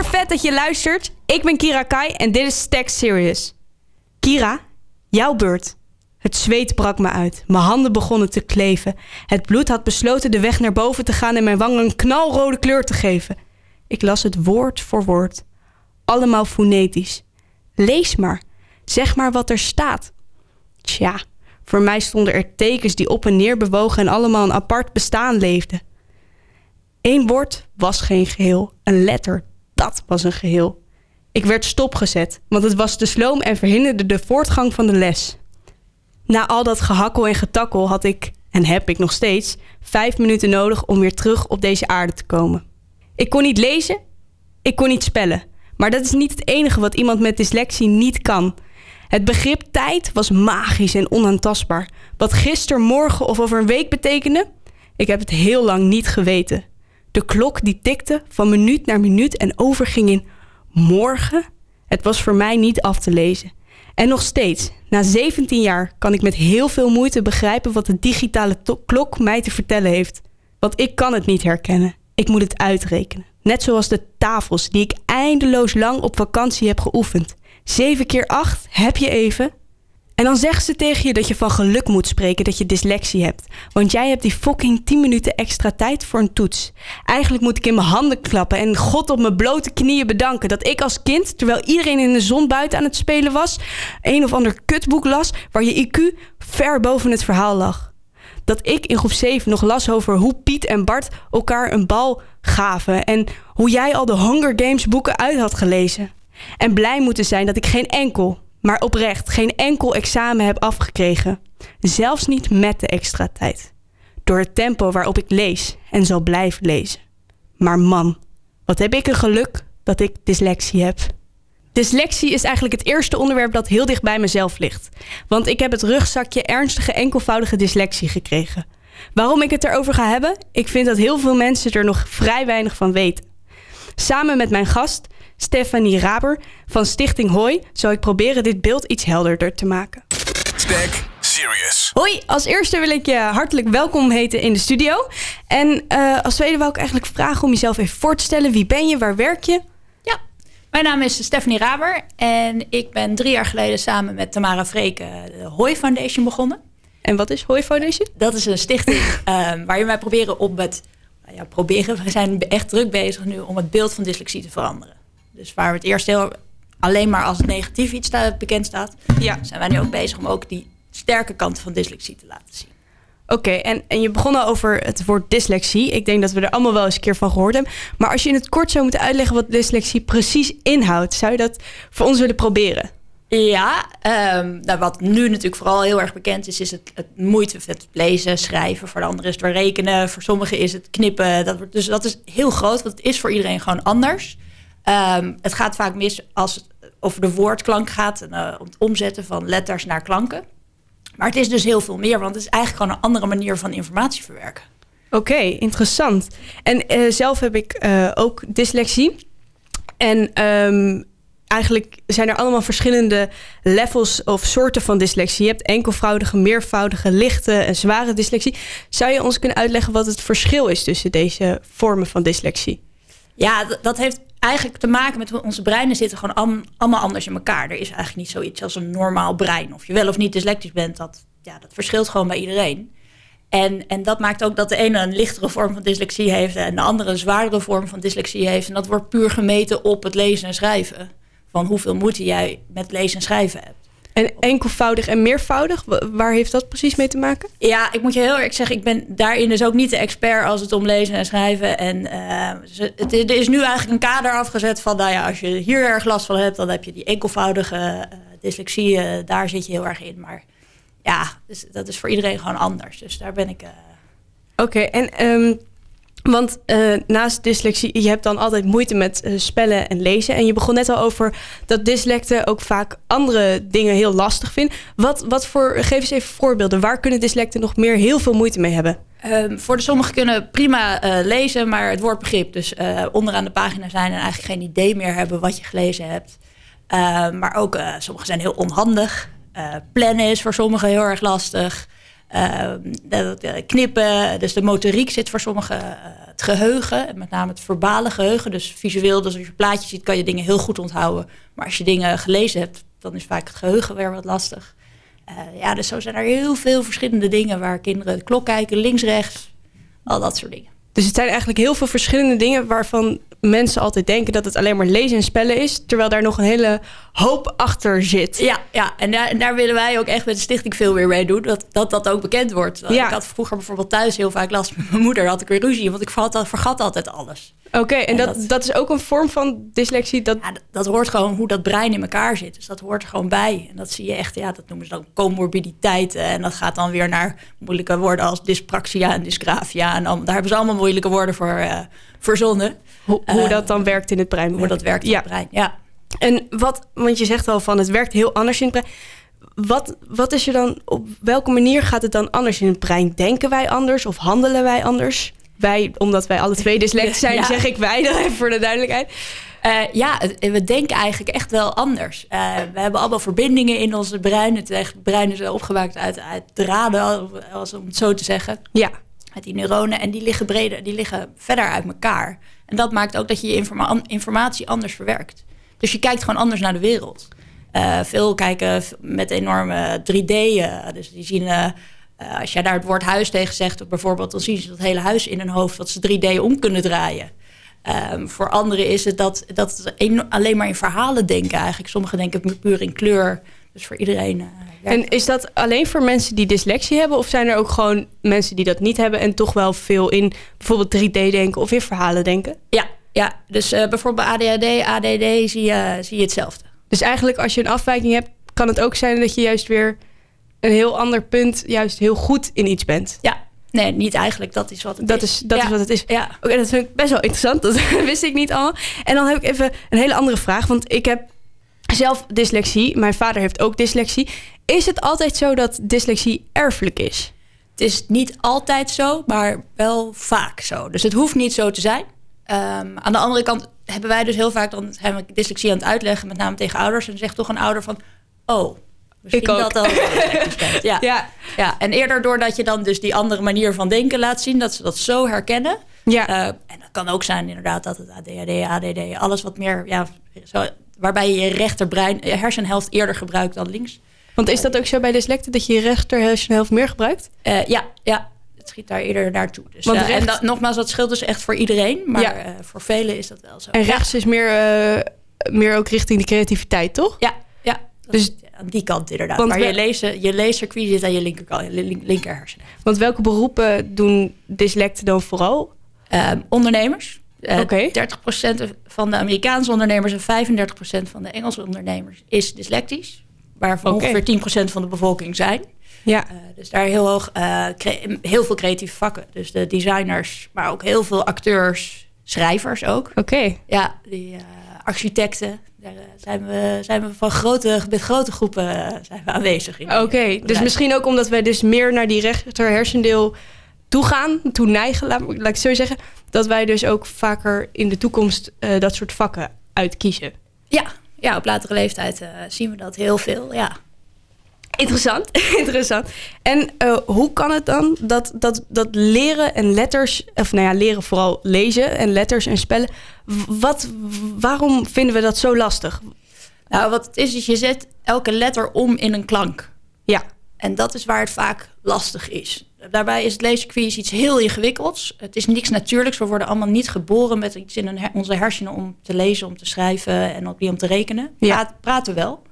Super vet dat je luistert. Ik ben Kira Kai en dit is Stack Serious. Kira, jouw beurt. Het zweet brak me uit. Mijn handen begonnen te kleven. Het bloed had besloten de weg naar boven te gaan en mijn wangen een knalrode kleur te geven. Ik las het woord voor woord. Allemaal fonetisch. Lees maar. Zeg maar wat er staat. Tja, voor mij stonden er tekens die op en neer bewogen en allemaal een apart bestaan leefden. Eén woord was geen geheel. Een letter, dat was een geheel. Ik werd stopgezet, want het was te sloom en verhinderde de voortgang van de les. Na al dat gehakkel en getakkel had ik, en heb ik nog steeds, 5 minuten nodig om weer terug op deze aarde te komen. Ik kon niet lezen, ik kon niet spellen. Maar dat is niet het enige wat iemand met dyslexie niet kan. Het begrip tijd was magisch en onaantastbaar. Wat gisteren, morgen of over een week betekende, ik heb het heel lang niet geweten. De klok die tikte van minuut naar minuut en overging in morgen. Het was voor mij niet af te lezen. En nog steeds, na 17 jaar, kan ik met heel veel moeite begrijpen wat de digitale klok mij te vertellen heeft. Want ik kan het niet herkennen. Ik moet het uitrekenen. Net zoals de tafels die ik eindeloos lang op vakantie heb geoefend. 7 keer 8, heb je even? En dan zeggen ze tegen je dat je van geluk moet spreken dat je dyslexie hebt. Want jij hebt die fucking 10 minuten extra tijd voor een toets. Eigenlijk moet ik in mijn handen klappen en God op mijn blote knieën bedanken dat ik als kind, terwijl iedereen in de zon buiten aan het spelen was, een of ander kutboek las waar je IQ ver boven het verhaal lag. Dat ik in groep 7 nog las over hoe Piet en Bart elkaar een bal gaven en hoe jij al de Hunger Games boeken uit had gelezen. En blij moeten zijn dat ik geen enkel examen heb afgekregen. Zelfs niet met de extra tijd. Door het tempo waarop ik lees en zal blijven lezen. Maar man, wat heb ik een geluk dat ik dyslexie heb. Dyslexie is eigenlijk het eerste onderwerp dat heel dicht bij mezelf ligt. Want ik heb het rugzakje ernstige enkelvoudige dyslexie gekregen. Waarom ik het erover ga hebben? Ik vind dat heel veel mensen er nog vrij weinig van weten. Samen met mijn gast Stephanie Raber van Stichting Hoi zal ik proberen dit beeld iets helderder te maken. Stack Serious. Hoi, als eerste wil ik je hartelijk welkom heten in de studio. En als tweede wil ik eigenlijk vragen om jezelf even voor te stellen. Wie ben je, waar werk je? Ja, mijn naam is Stephanie Raber en ik ben 3 jaar geleden samen met Tamara Vreken de Hoi Foundation begonnen. En wat is Hoi Foundation? Dat is een stichting waarin wij proberen we zijn echt druk bezig nu om het beeld van dyslexie te veranderen. Dus waar we het eerst alleen maar als negatief iets bekend staat, zijn wij nu ook bezig om ook die sterke kanten van dyslexie te laten zien. Oké, en je begon al over het woord dyslexie. Ik denk dat we er allemaal wel eens een keer van gehoord hebben. Maar als je in het kort zou moeten uitleggen wat dyslexie precies inhoudt, zou je dat voor ons willen proberen? Ja, wat nu natuurlijk vooral heel erg bekend is het moeite met lezen, schrijven. Voor de anderen is het weer rekenen. Voor sommigen is het knippen. Dus dat is heel groot, want het is voor iedereen gewoon anders. Het gaat vaak mis als het over de woordklank gaat en om het omzetten van letters naar klanken. Maar het is dus heel veel meer, want het is eigenlijk gewoon een andere manier van informatie verwerken. Oké, interessant. En zelf heb ik ook dyslexie. En eigenlijk zijn er allemaal verschillende levels of soorten van dyslexie. Je hebt enkelvoudige, meervoudige, lichte en zware dyslexie. Zou je ons kunnen uitleggen wat het verschil is tussen deze vormen van dyslexie? Ja, dat heeft eigenlijk te maken met onze breinen zitten gewoon allemaal anders in elkaar. Er is eigenlijk niet zoiets als een normaal brein. Of je wel of niet dyslectisch bent, dat verschilt gewoon bij iedereen. En dat maakt ook dat de ene een lichtere vorm van dyslexie heeft en de andere een zwaardere vorm van dyslexie heeft. En dat wordt puur gemeten op het lezen en schrijven. Van hoeveel moeite jij met lezen en schrijven hebt. En enkelvoudig en meervoudig, waar heeft dat precies mee te maken? Ja, ik moet je heel eerlijk zeggen, ik ben daarin dus ook niet de expert als het om lezen en schrijven. En er is nu eigenlijk een kader afgezet van, als je hier erg last van hebt, dan heb je die enkelvoudige dyslexie, daar zit je heel erg in. Maar ja, dus dat is voor iedereen gewoon anders. Dus daar ben ik... Oké, en want naast dyslexie, je hebt dan altijd moeite met spellen en lezen. En je begon net al over dat dyslecten ook vaak andere dingen heel lastig vinden. Geef eens even voorbeelden. Waar kunnen dyslecten nog meer heel veel moeite mee hebben? Voor de sommigen kunnen prima lezen, maar het woordbegrip dus onderaan de pagina zijn en eigenlijk geen idee meer hebben wat je gelezen hebt. Maar ook sommigen zijn heel onhandig. Plannen is voor sommigen heel erg lastig. Knippen, dus de motoriek zit voor sommigen het geheugen, en met name het verbale geheugen. Dus visueel, dus als je plaatjes ziet, kan je dingen heel goed onthouden. Maar als je dingen gelezen hebt, dan is vaak het geheugen weer wat lastig. Dus zo zijn er heel veel verschillende dingen waar kinderen de klok kijken, links, rechts, al dat soort dingen. Dus het zijn eigenlijk heel veel verschillende dingen waarvan mensen altijd denken dat het alleen maar lezen en spellen is, terwijl daar nog een hele hoop achter zit. Ja. En daar willen wij ook echt met de stichting veel meer mee doen, dat ook bekend wordt. Ja. Ik had vroeger bijvoorbeeld thuis heel vaak last met mijn moeder, had ik weer ruzie, want ik vergat altijd alles. Oké, en dat is ook een vorm van dyslexie? Dat hoort gewoon hoe dat brein in elkaar zit. Dus dat hoort er gewoon bij. En dat zie je echt, dat noemen ze dan comorbiditeiten. En dat gaat dan weer naar moeilijke woorden als dyspraxia en dysgrafia. En daar hebben ze allemaal moeilijke woorden voor verzonnen. Hoe dat dan werkt in het brein. Hoe dat werkt in het brein, ja. En want je zegt al van het werkt heel anders in het brein. Wat is er dan, op welke manier gaat het dan anders in het brein? Denken wij anders of handelen wij anders? Wij, omdat wij alle twee dyslect zijn, zeg ik wij dan even voor de duidelijkheid. We denken eigenlijk echt wel anders. We hebben allemaal verbindingen in onze brein. Het brein is opgemaakt uit draden, om het zo te zeggen. Ja. Met die neuronen. En die liggen breder, die liggen verder uit elkaar. En dat maakt ook dat je informatie anders verwerkt. Dus je kijkt gewoon anders naar de wereld. Veel kijken met enorme 3D. Dus die zien... als jij daar het woord huis tegen zegt, bijvoorbeeld, dan zien ze dat hele huis in hun hoofd, dat ze 3D om kunnen draaien. Voor anderen is het dat alleen maar in verhalen denken eigenlijk. Sommigen denken puur in kleur. Dus voor iedereen. En is dat alleen voor mensen die dyslexie hebben? Of zijn er ook gewoon mensen die dat niet hebben en toch wel veel in bijvoorbeeld 3D denken of in verhalen denken? Ja. Dus bijvoorbeeld bij ADHD, ADD zie je hetzelfde. Dus eigenlijk als je een afwijking hebt, kan het ook zijn dat je juist weer een heel ander punt juist heel goed in iets bent. Ja, nee, niet eigenlijk. Dat is wat het is. Dat is wat het is. Ja. Oké, dat vind ik best wel interessant. Dat wist ik niet allemaal. En dan heb ik even een hele andere vraag. Want ik heb zelf dyslexie. Mijn vader heeft ook dyslexie. Is het altijd zo dat dyslexie erfelijk is? Het is niet altijd zo, maar wel vaak zo. Dus het hoeft niet zo te zijn. Aan de andere kant hebben wij dus heel vaak, dan zijn we dyslexie aan het uitleggen, met name tegen ouders. En dan zegt toch een ouder van, misschien dat al. Ja. En eerder doordat je dan dus die andere manier van denken laat zien, dat ze dat zo herkennen. Ja. En dat kan ook zijn inderdaad dat het ADHD, ADD, alles wat meer, waarbij je je rechterbrein, je hersenhelft eerder gebruikt dan links. Want is dat ook zo bij dyslecten, dat je je rechter hersenhelft meer gebruikt? Ja. Het schiet daar eerder naartoe. Dus, en nogmaals, dat scheelt dus echt voor iedereen. Maar voor velen is dat wel zo. En rechts is meer ook richting de creativiteit, toch? Ja. Dus aan die kant inderdaad. Maar je leescircuit zit aan je linker hersenen. Want welke beroepen doen dyslecten dan vooral? Ondernemers. 30% van de Amerikaanse ondernemers en 35% van de Engelse ondernemers is dyslectisch. Waarvan ongeveer 10% van de bevolking zijn. Ja. Dus daar heel hoog, heel veel creatieve vakken. Dus de designers, maar ook heel veel acteurs, schrijvers ook. Oké. Ja, die architecten. Daar zijn we met grote groepen zijn we aanwezig in. Oké, dus misschien ook omdat wij dus meer naar die rechter hersendeel toe neigen, laat ik het zo zeggen, dat wij dus ook vaker in de toekomst dat soort vakken uitkiezen. Ja, op latere leeftijd zien we dat heel veel, ja. Interessant. En hoe kan het dan dat leren en letters, leren vooral lezen en letters en spellen, waarom vinden we dat zo lastig? Nou, wat het is je zet elke letter om in een klank. Ja. En dat is waar het vaak lastig is. Daarbij is het leescircuit iets heel ingewikkelds. Het is niks natuurlijks. We worden allemaal niet geboren met iets in onze hersenen om te lezen, om te schrijven en om te rekenen. Ja. Praten wel.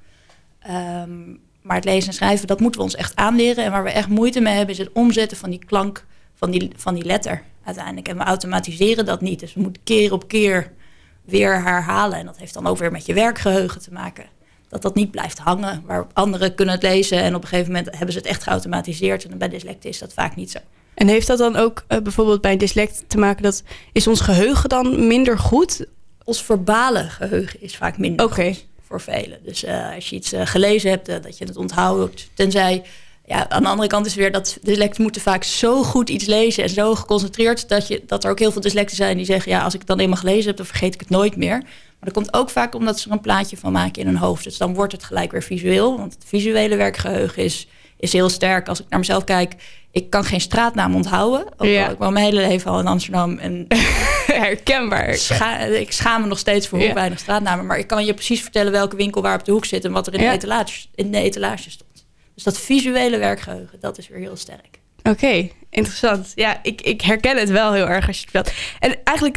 Maar het lezen en schrijven, dat moeten we ons echt aanleren. En waar we echt moeite mee hebben, is het omzetten van die klank van die letter uiteindelijk. En we automatiseren dat niet. Dus we moeten keer op keer weer herhalen. En dat heeft dan ook weer met je werkgeheugen te maken. Dat niet blijft hangen. Waar anderen kunnen het lezen en op een gegeven moment hebben ze het echt geautomatiseerd. En bij dyslecten is dat vaak niet zo. En heeft dat dan ook bijvoorbeeld bij een dyslect te maken, is ons geheugen dan minder goed? Ons verbale geheugen is vaak minder goed voor velen. Dus als je iets gelezen hebt, dat je het onthoudt. Tenzij, aan de andere kant is weer dat dyslecten moeten vaak zo goed iets lezen en zo geconcentreerd dat er ook heel veel dyslecten zijn die zeggen, als ik het dan eenmaal gelezen heb, dan vergeet ik het nooit meer. Maar dat komt ook vaak omdat ze er een plaatje van maken in hun hoofd. Dus dan wordt het gelijk weer visueel. Want het visuele werkgeheugen is heel sterk. Als ik naar mezelf kijk, ik kan geen straatnaam onthouden. Ik woon mijn hele leven al in Amsterdam. En herkenbaar. Ik schaam me nog steeds voor hoe weinig straatnamen. Maar ik kan je precies vertellen welke winkel waar op de hoek zit... en wat er in de etalage stond. Dus dat visuele werkgeheugen, dat is weer heel sterk. Oké, interessant. Ja, ik herken het wel heel erg als je het vertelt. En eigenlijk...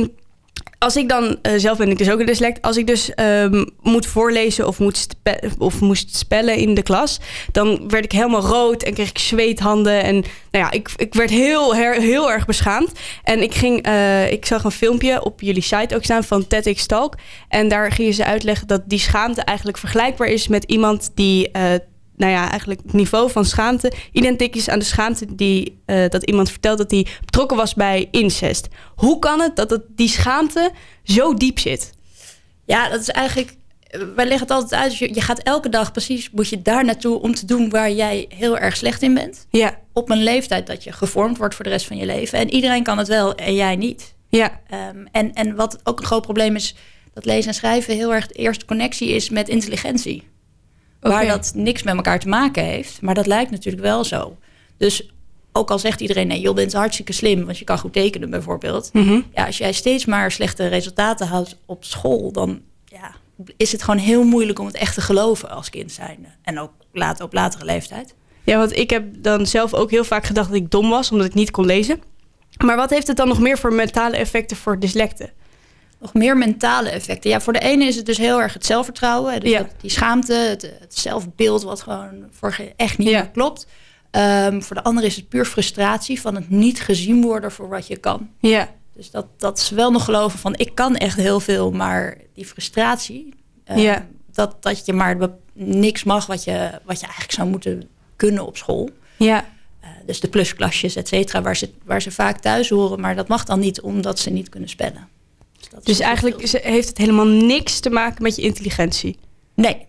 als ik dan, zelf ben ik dus ook een dyslect... als ik dus moet voorlezen of moest spellen in de klas... dan werd ik helemaal rood en kreeg ik zweethanden. En nou ja, ik werd heel erg beschaamd. En ik zag een filmpje op jullie site ook staan van TEDx Talk. En daar gingen ze uitleggen dat die schaamte eigenlijk vergelijkbaar is... met iemand die... eigenlijk het niveau van schaamte... identiek is aan de schaamte dat iemand vertelt... dat hij betrokken was bij incest. Hoe kan het dat die schaamte zo diep zit? Ja, dat is eigenlijk... Wij leggen het altijd uit. Je gaat elke dag precies... moet je daar naartoe om te doen waar jij heel erg slecht in bent. Ja. Op een leeftijd dat je gevormd wordt voor de rest van je leven. En iedereen kan het wel en jij niet. Ja. En wat ook een groot probleem is... dat lezen en schrijven heel erg de eerste connectie is met intelligentie. Waar dat niks met elkaar te maken heeft. Maar dat lijkt natuurlijk wel zo. Dus ook al zegt iedereen... nee, je bent hartstikke slim, want je kan goed tekenen bijvoorbeeld. Mm-hmm. Ja, als jij steeds maar slechte resultaten houdt op school... dan is het gewoon heel moeilijk om het echt te geloven als kind zijnde. En ook op latere leeftijd. Ja, want ik heb dan zelf ook heel vaak gedacht dat ik dom was... omdat ik niet kon lezen. Maar wat heeft het dan nog meer voor mentale effecten voor dyslecten? Nog meer mentale effecten. Ja, voor de ene is het dus heel erg het zelfvertrouwen. Dus die schaamte, het zelfbeeld wat gewoon voor echt niet meer klopt. Voor de andere is het puur frustratie van het niet gezien worden voor wat je kan. Ja. Dus dat is wel nog geloven van ik kan echt heel veel, maar die frustratie, dat je maar niks mag wat je eigenlijk zou moeten kunnen op school. Ja. Dus de plusklasjes, et cetera, waar ze vaak thuis horen, maar dat mag dan niet omdat ze niet kunnen spellen. Dus eigenlijk heeft het helemaal niks te maken met je intelligentie? Nee,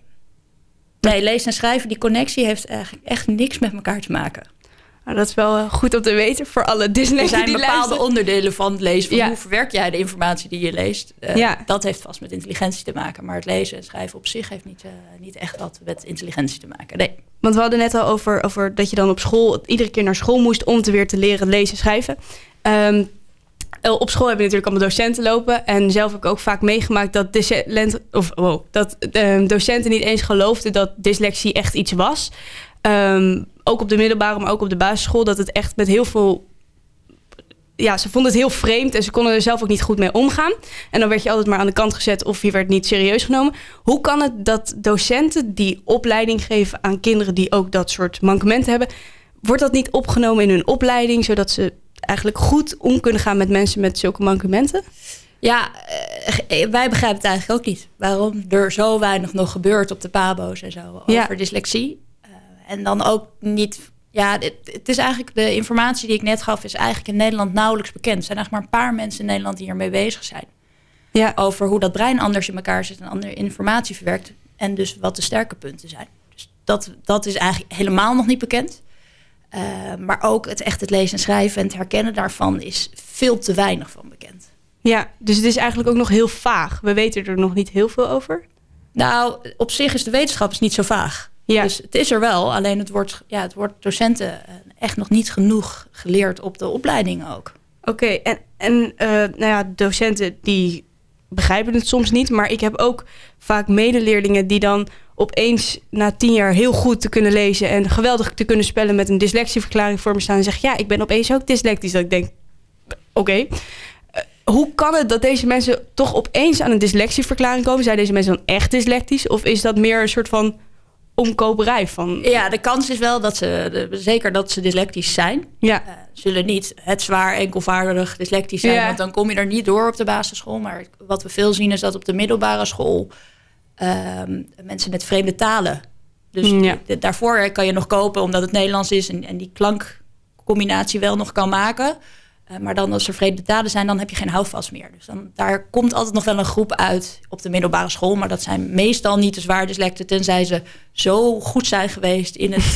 lezen en schrijven, die connectie heeft eigenlijk echt niks met elkaar te maken. Nou, dat is wel goed om te weten voor alle dyslecten. Er zijn bepaalde onderdelen van het lezen. Van hoe verwerk jij de informatie die je leest? Dat heeft vast met intelligentie te maken. Maar het lezen en schrijven op zich heeft niet echt wat met intelligentie te maken. Nee. Want we hadden net al over dat je dan op school... iedere keer naar school moest om weer te leren lezen en schrijven. Op school heb je natuurlijk allemaal docenten lopen. En zelf heb ik ook vaak meegemaakt dat docenten niet eens geloofden dat dyslexie echt iets was. Ook op de middelbare, maar ook op de basisschool. Dat het echt met heel veel... Ja, ze vonden het heel vreemd en ze konden er zelf ook niet goed mee omgaan. En dan werd je altijd maar aan de kant gezet of je werd niet serieus genomen. Hoe kan het dat docenten die opleiding geven aan kinderen die ook dat soort mankementen hebben... wordt dat niet opgenomen in hun opleiding, zodat ze eigenlijk goed om kunnen gaan met mensen met zulke mankementen? Ja, wij begrijpen het eigenlijk ook niet. Waarom er zo weinig nog gebeurt op de pabo's en zo over dyslexie. En dan ook niet... Ja, het is eigenlijk de informatie die ik net gaf... is eigenlijk in Nederland nauwelijks bekend. Er zijn eigenlijk maar een paar mensen in Nederland die hiermee bezig zijn. Ja. Over hoe dat brein anders in elkaar zit... en andere informatie verwerkt. En dus wat de sterke punten zijn. Dus dat is eigenlijk helemaal nog niet bekend. Maar ook het lezen en schrijven en het herkennen daarvan... is veel te weinig van bekend. Ja, dus het is eigenlijk ook nog heel vaag. We weten er nog niet heel veel over. Nou, op zich is de wetenschap niet zo vaag. Ja. Dus het is er wel, alleen het wordt docenten echt nog niet genoeg geleerd op de opleiding ook. Oké, en docenten die begrijpen het soms niet, maar ik heb ook vaak medeleerlingen die dan opeens na 10 jaar heel goed te kunnen lezen en geweldig te kunnen spellen met een dyslexieverklaring voor me staan en zeggen, ja, ik ben opeens ook dyslectisch. Dat ik denk, oké. Hoe kan het dat deze mensen toch opeens aan een dyslexieverklaring komen? Zijn deze mensen dan echt dyslectisch? Of is dat meer een soort van omkoperij van... Ja, de kans is wel dat ze dyslectisch zijn. Ja. Zullen niet het zwaar enkelvaardig dyslectisch zijn, want dan kom je er niet door op de basisschool. Maar wat we veel zien is dat op de middelbare school mensen met vreemde talen. Dus daarvoor kan je nog kopen omdat het Nederlands is en die klankcombinatie wel nog kan maken. Maar dan als er vreemde talen zijn, dan heb je geen houvast meer. Dus daar komt altijd nog wel een groep uit op de middelbare school. Maar dat zijn meestal niet de zwaar dyslecten, tenzij ze zo goed zijn geweest in het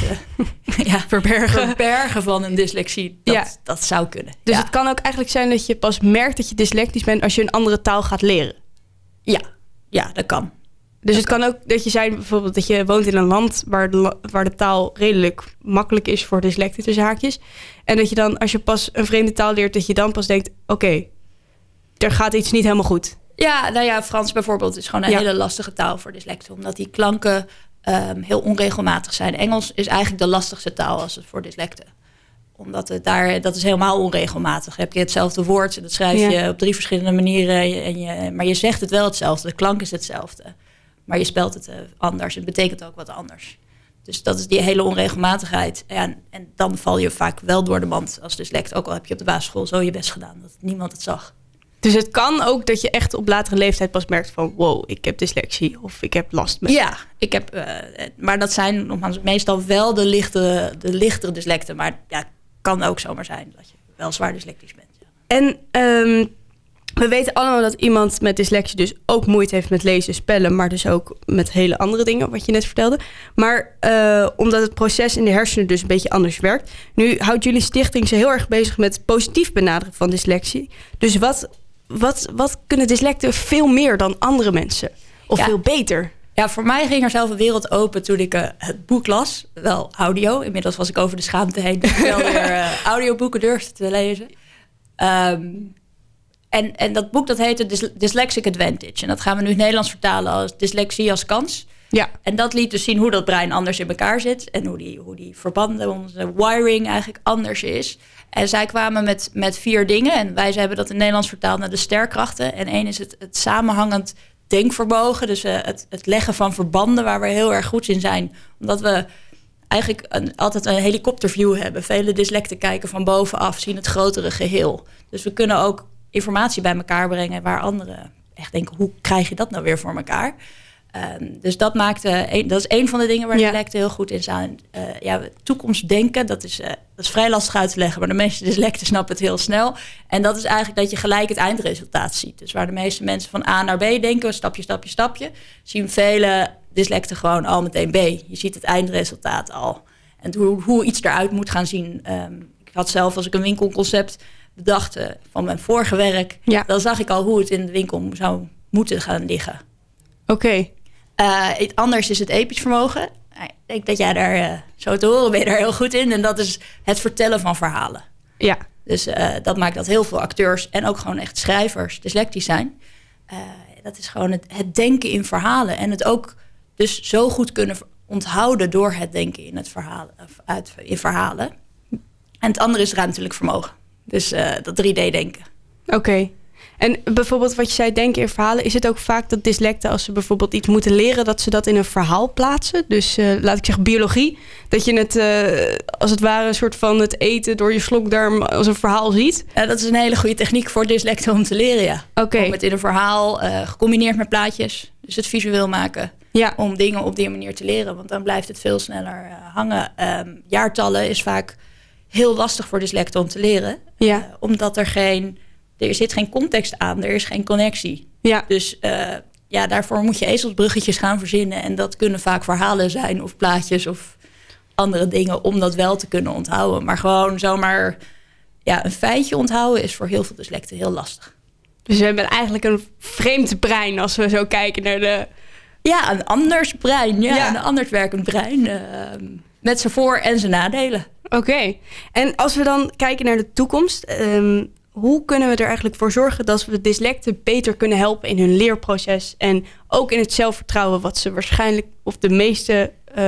verbergen van een dyslexie. Dat zou kunnen. Dus het kan ook eigenlijk zijn dat je pas merkt dat je dyslectisch bent als je een andere taal gaat leren. Ja, dat kan. Dus het kan ook dat je zei bijvoorbeeld dat je woont in een land waar de taal redelijk makkelijk is voor dyslecten tussen haakjes. En dat je dan, als je pas een vreemde taal leert, dat je dan pas denkt, oké, er gaat iets niet helemaal goed. Ja, nou ja, Frans bijvoorbeeld is gewoon een hele lastige taal voor dyslecten. Omdat die klanken heel onregelmatig zijn. Engels is eigenlijk de lastigste taal als het voor dyslecten. Omdat dat is helemaal onregelmatig. Heb je hetzelfde woord, dat schrijf je op 3 verschillende manieren. Maar je zegt het wel hetzelfde. De klank is hetzelfde. Maar je spelt het anders. Het betekent ook wat anders. Dus dat is die hele onregelmatigheid. En dan val je vaak wel door de mand als dyslect. Ook al heb je op de basisschool zo je best gedaan. Dat niemand het zag. Dus het kan ook dat je echt op latere leeftijd pas merkt van, wow, ik heb dyslexie of ik heb last met. Ja, maar dat zijn nogmaals meestal wel de lichtere dyslecten. Maar ja, het kan ook zomaar zijn dat je wel zwaar dyslectisch bent. Ja. En we weten allemaal dat iemand met dyslexie dus ook moeite heeft met lezen, spellen, maar dus ook met hele andere dingen, wat je net vertelde. Maar omdat het proces in de hersenen dus een beetje anders werkt. Nu houdt jullie stichting zich heel erg bezig met positief benaderen van dyslexie. Dus wat kunnen dyslecten veel meer dan andere mensen? Of veel beter? Ja, voor mij ging er zelf een wereld open toen ik het boek las. Wel audio. Inmiddels was ik over de schaamte heen. Dat ik wel weer audioboeken durfde te lezen. En dat boek dat heette Dyslexic Advantage. En dat gaan we nu in het Nederlands vertalen als dyslexie als kans. Ja. En dat liet dus zien hoe dat brein anders in elkaar zit. En hoe die verbanden, onze wiring eigenlijk anders is. En zij kwamen met 4 dingen. En wij hebben dat in het Nederlands vertaald naar de sterkrachten. En 1 is het samenhangend denkvermogen. Dus het leggen van verbanden waar we heel erg goed in zijn. Omdat we eigenlijk altijd een helikopterview hebben. Vele dyslecten kijken van bovenaf, zien het grotere geheel. Dus we kunnen ook informatie bij elkaar brengen waar anderen echt denken, hoe krijg je dat nou weer voor elkaar? Dus dat is een van de dingen waar dyslecten heel goed in zijn. Toekomstdenken, dat is vrij lastig uit te leggen, maar de meeste dyslecten snappen het heel snel. En dat is eigenlijk dat je gelijk het eindresultaat ziet. Dus waar de meeste mensen van A naar B denken, stapje, zien vele dyslecten gewoon al meteen B. Je ziet het eindresultaat al. En hoe iets eruit moet gaan zien. Ik had zelf, als ik een winkelconcept bedacht van mijn vorige werk, dan zag ik al hoe het in de winkel zou moeten gaan liggen. Oké. Anders is het episch vermogen. Ik denk dat jij daar, zo te horen, ben je daar heel goed in. En dat is het vertellen van verhalen. Ja. Dus dat maakt dat heel veel acteurs en ook gewoon echt schrijvers dyslectisch zijn. Dat is gewoon het denken in verhalen. En het ook dus zo goed kunnen onthouden door het denken in in verhalen. En het andere is ruimtelijk vermogen. Dus dat 3D-denken. Oké. En bijvoorbeeld wat je zei, denken in verhalen. Is het ook vaak dat dyslecten, als ze bijvoorbeeld iets moeten leren, dat ze dat in een verhaal plaatsen? Dus laat ik zeggen biologie. Dat je het als het ware een soort van het eten door je slokdarm als een verhaal ziet? Ja, dat is een hele goede techniek voor dyslecten om te leren, ja. Okay. Om het in een verhaal gecombineerd met plaatjes. Dus het visueel maken. Ja. Om dingen op die manier te leren. Want dan blijft het veel sneller hangen. Jaartallen is vaak heel lastig voor dyslecten om te leren. Ja. Omdat er zit geen context aan. Er is geen connectie. Ja. Dus daarvoor moet je ezelsbruggetjes gaan verzinnen. En dat kunnen vaak verhalen zijn of plaatjes of andere dingen om dat wel te kunnen onthouden. Maar gewoon zomaar een feitje onthouden is voor heel veel dyslecten heel lastig. Dus we hebben eigenlijk een vreemd brein als we zo kijken naar de... Ja, een anders brein. Ja. Een anders werkend brein. Met zijn voor- en zijn nadelen. Oké. En als we dan kijken naar de toekomst, hoe kunnen we er eigenlijk voor zorgen dat we de dyslecten beter kunnen helpen in hun leerproces en ook in het zelfvertrouwen, wat ze waarschijnlijk, of de meeste,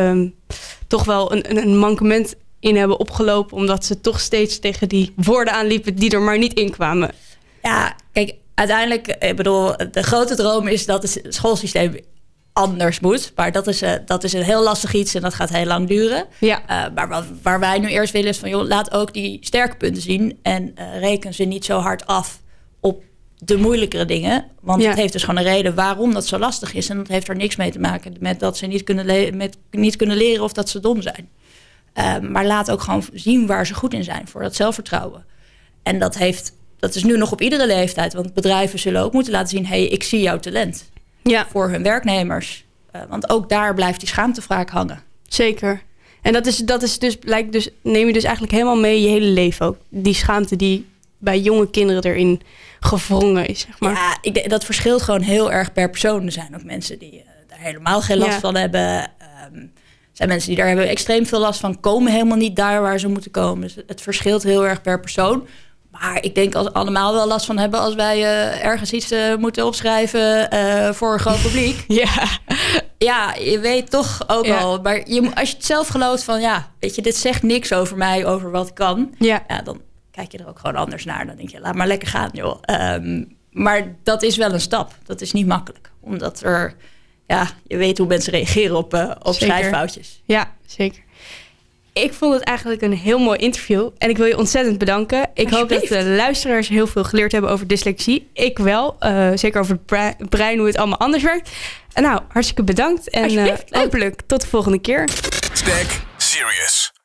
toch wel een mankement in hebben opgelopen, omdat ze toch steeds tegen die woorden aanliepen die er maar niet in kwamen? Ja, kijk, uiteindelijk, ik bedoel, de grote droom is dat het schoolsysteem anders moet. Maar dat is een heel lastig iets en dat gaat heel lang duren. Ja. Maar waar wij nu eerst willen is van, laat ook die sterke punten zien en reken ze niet zo hard af op de moeilijkere dingen. Want het heeft dus gewoon een reden waarom dat zo lastig is. En dat heeft er niks mee te maken met dat ze niet kunnen leren of dat ze dom zijn. Maar laat ook gewoon zien waar ze goed in zijn voor dat zelfvertrouwen. En dat is nu nog op iedere leeftijd. Want bedrijven zullen ook moeten laten zien, ik zie jouw talent. Ja. Voor hun werknemers. Want ook daar blijft die schaamte vaak hangen. Zeker. En dat is dus, neem je dus eigenlijk helemaal mee je hele leven ook. Die schaamte die bij jonge kinderen erin gewrongen is, zeg maar. Ja, dat verschilt gewoon heel erg per persoon. Er zijn ook mensen die helemaal geen last van hebben. Zijn mensen die daar hebben extreem veel last van, komen helemaal niet daar waar ze moeten komen. Dus het verschilt heel erg per persoon. Maar ik denk als allemaal wel last van hebben als wij ergens iets moeten opschrijven voor een groot publiek. Ja, je weet toch ook al. Maar als je het zelf gelooft van weet je, dit zegt niks over mij, over wat kan. Ja, dan kijk je er ook gewoon anders naar. Dan denk je, laat maar lekker gaan, joh. Maar dat is wel een stap. Dat is niet makkelijk. Omdat je weet hoe mensen reageren op schrijffoutjes. Ja, zeker. Ik vond het eigenlijk een heel mooi interview. En ik wil je ontzettend bedanken. Ik hoop dat de luisteraars heel veel geleerd hebben over dyslexie. Ik wel. Zeker over het brein, hoe het allemaal anders werkt. En nou, hartstikke bedankt. En hopelijk tot de volgende keer. Stack Serious.